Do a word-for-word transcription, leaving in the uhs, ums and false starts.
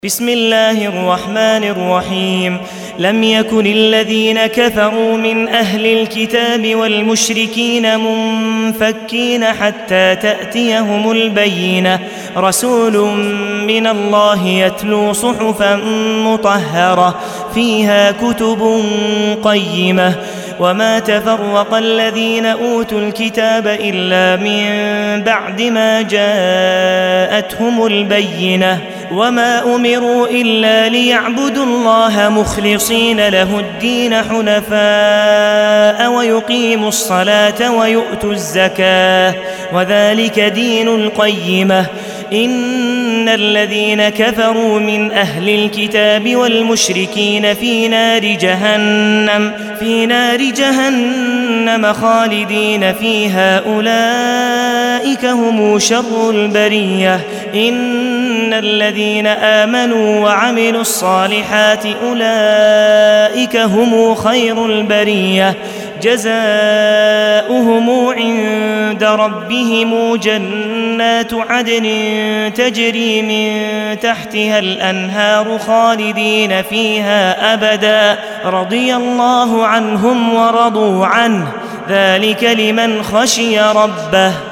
بسم الله الرحمن الرحيم لم يكن الذين كفروا من أهل الكتاب والمشركين منفكين حتى تأتيهم البينة رسول من الله يتلو صحفا مطهرة فيها كتب قيمة وما تفرق الذين أوتوا الكتاب إلا من بعد ما جاءتهم البينة وما أمروا إلا ليعبدوا الله مخلصين له الدين حنفاء ويقيموا الصلاة ويؤتوا الزكاة وذلك دين القيمة إن الذين كفروا من أهل الكتاب والمشركين في نار جهنم في نار جهنم خالدين فيها أولئك هم شر البرية إن الذين آمنوا وعملوا الصالحات أولئك هم خير البرية جزاؤهم عند ربهم جنات عدن تجري من تحتها الأنهار خالدين فيها أبدا رضي الله عنهم ورضوا عنه ذلك لمن خشي ربه